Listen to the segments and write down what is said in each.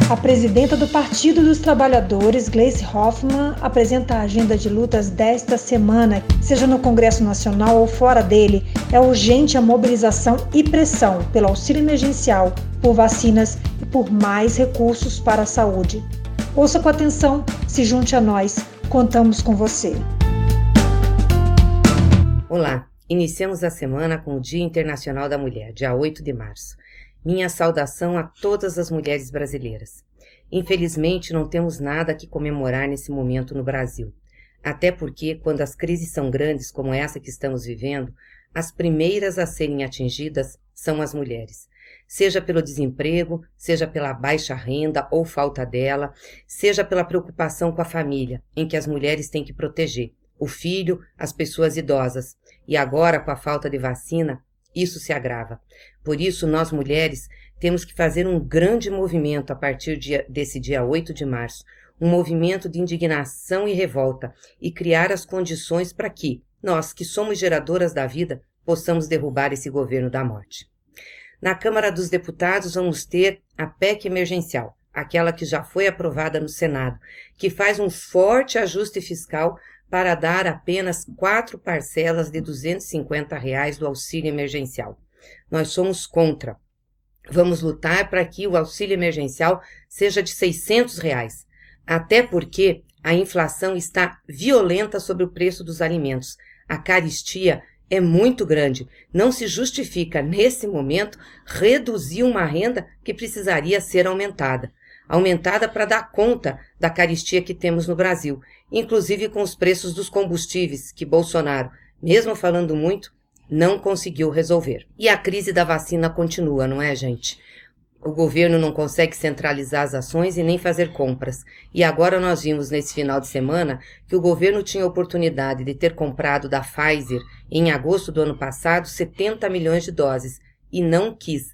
A presidenta do Partido dos Trabalhadores, Gleisi Hoffmann, apresenta a agenda de lutas desta semana. Seja no Congresso Nacional ou fora dele, é urgente a mobilização e pressão pelo auxílio emergencial, por vacinas e por mais recursos para a saúde. Ouça com atenção, se junte a nós, contamos com você. Olá, iniciamos a semana com o Dia Internacional da Mulher, dia 8 de março. Minha saudação a todas as mulheres brasileiras. Infelizmente, não temos nada que comemorar nesse momento no Brasil. Até porque, quando as crises são grandes como essa que estamos vivendo, as primeiras a serem atingidas são as mulheres. Seja pelo desemprego, seja pela baixa renda ou falta dela, seja pela preocupação com a família, em que as mulheres têm que proteger o filho, as pessoas idosas. E agora, com a falta de vacina, isso se agrava. Por isso, nós mulheres temos que fazer um grande movimento a partir desse dia 8 de março, um movimento de indignação e revolta, e criar as condições para que nós, que somos geradoras da vida, possamos derrubar esse governo da morte. Na Câmara dos Deputados vamos ter a PEC emergencial, aquela que já foi aprovada no Senado, que faz um forte ajuste fiscal para dar apenas 4 parcelas de R$ 250 do auxílio emergencial. Nós somos contra. Vamos lutar para que o auxílio emergencial seja de R$ 600, até porque a inflação está violenta sobre o preço dos alimentos. A carestia é muito grande. Não se justifica, nesse momento, reduzir uma renda que precisaria ser aumentada para dar conta da carestia que temos no Brasil, inclusive com os preços dos combustíveis, que Bolsonaro, mesmo falando muito, não conseguiu resolver. E a crise da vacina continua, não é, gente? O governo não consegue centralizar as ações e nem fazer compras. E agora nós vimos nesse final de semana que o governo tinha a oportunidade de ter comprado da Pfizer, em agosto do ano passado, 70 milhões de doses, e não quis.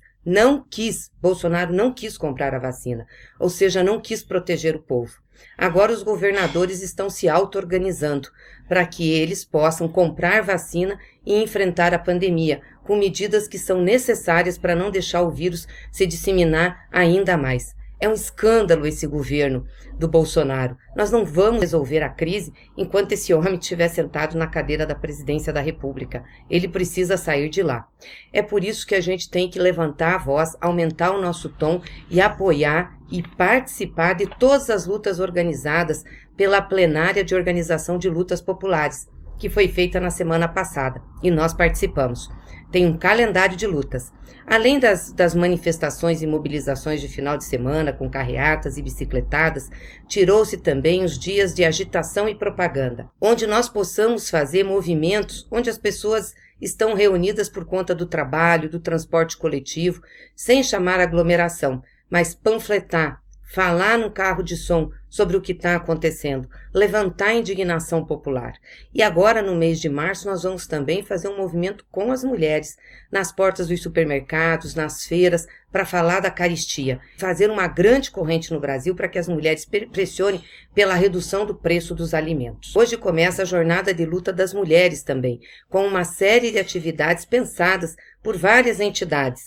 Bolsonaro não quis comprar a vacina, ou seja, não quis proteger o povo. Agora os governadores estão se auto-organizando para que eles possam comprar vacina e enfrentar a pandemia, com medidas que são necessárias para não deixar o vírus se disseminar ainda mais. É um escândalo esse governo do Bolsonaro. Nós não vamos resolver a crise enquanto esse homem estiver sentado na cadeira da presidência da República. Ele precisa sair de lá. É por isso que a gente tem que levantar a voz, aumentar o nosso tom e apoiar e participar de todas as lutas organizadas pela plenária de organização de lutas populares, que foi feita na semana passada, e nós participamos. Tem um calendário de lutas. Além das manifestações e mobilizações de final de semana, com carreatas e bicicletadas, tirou-se também os dias de agitação e propaganda, onde nós possamos fazer movimentos onde as pessoas estão reunidas por conta do trabalho, do transporte coletivo, sem chamar aglomeração, mas panfletar, falar no carro de som sobre o que está acontecendo, levantar a indignação popular. E agora, no mês de março, nós vamos também fazer um movimento com as mulheres, nas portas dos supermercados, nas feiras, para falar da carestia. Fazer uma grande corrente no Brasil para que as mulheres pressionem pela redução do preço dos alimentos. Hoje começa a jornada de luta das mulheres também, com uma série de atividades pensadas por várias entidades.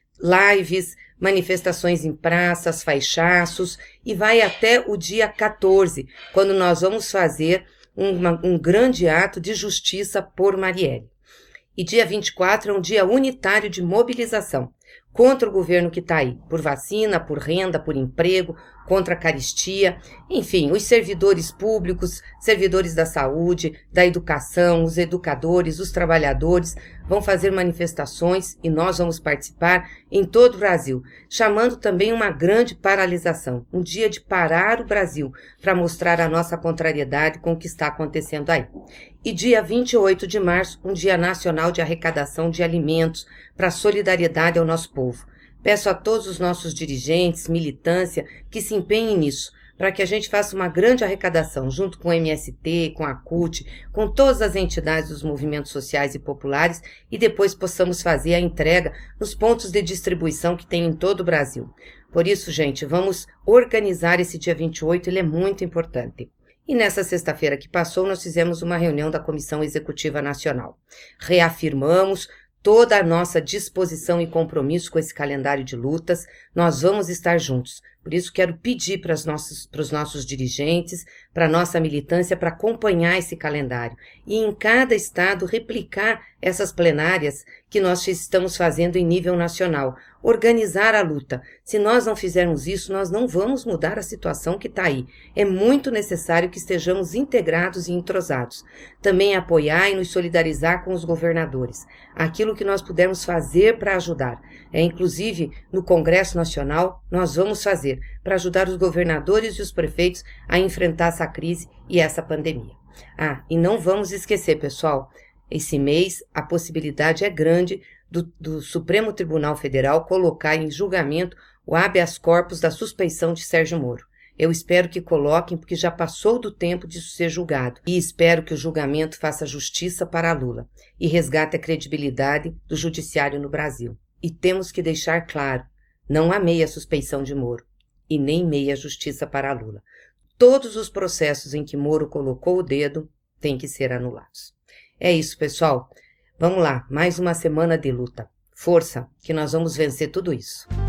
Lives, manifestações em praças, faixaços, e vai até o dia 14, quando nós vamos fazer um grande ato de justiça por Marielle. E dia 24 é um dia unitário de mobilização contra o governo que está aí, por vacina, por renda, por emprego, contra a carestia, enfim, os servidores públicos, servidores da saúde, da educação, os educadores, os trabalhadores vão fazer manifestações e nós vamos participar em todo o Brasil, chamando também uma grande paralisação, um dia de parar o Brasil para mostrar a nossa contrariedade com o que está acontecendo aí. E dia 28 de março, um dia nacional de arrecadação de alimentos para solidariedade ao nosso povo. Peço a todos os nossos dirigentes, militância, que se empenhem nisso, para que a gente faça uma grande arrecadação, junto com o MST, com a CUT, com todas as entidades dos movimentos sociais e populares, e depois possamos fazer a entrega nos pontos de distribuição que tem em todo o Brasil. Por isso, gente, vamos organizar esse dia 28, ele é muito importante. E nessa sexta-feira que passou, nós fizemos uma reunião da Comissão Executiva Nacional. Reafirmamos toda a nossa disposição e compromisso com esse calendário de lutas. Nós vamos estar juntos, Por isso, quero pedir para os nossos dirigentes, para a nossa militância, para acompanhar esse calendário e em cada estado replicar essas plenárias que nós estamos fazendo em nível nacional, organizar a luta. Se nós não fizermos isso, nós não vamos mudar a situação que está aí. É muito necessário que estejamos integrados e entrosados. Também apoiar e nos solidarizar com os governadores. Aquilo que nós pudermos fazer para ajudar. Inclusive, no Congresso Nacional, nós vamos fazer para ajudar os governadores e os prefeitos a enfrentar essa crise e essa pandemia. E não vamos esquecer, pessoal, esse mês a possibilidade é grande do Supremo Tribunal Federal colocar em julgamento o habeas corpus da suspeição de Sérgio Moro. Eu espero que coloquem, porque já passou do tempo disso ser julgado. E espero que o julgamento faça justiça para Lula e resgate a credibilidade do judiciário no Brasil. E temos que deixar claro, não há meia suspeição de Moro e nem meia justiça para Lula. Todos os processos em que Moro colocou o dedo têm que ser anulados. É isso, pessoal. Vamos lá, mais uma semana de luta. Força, que nós vamos vencer tudo isso.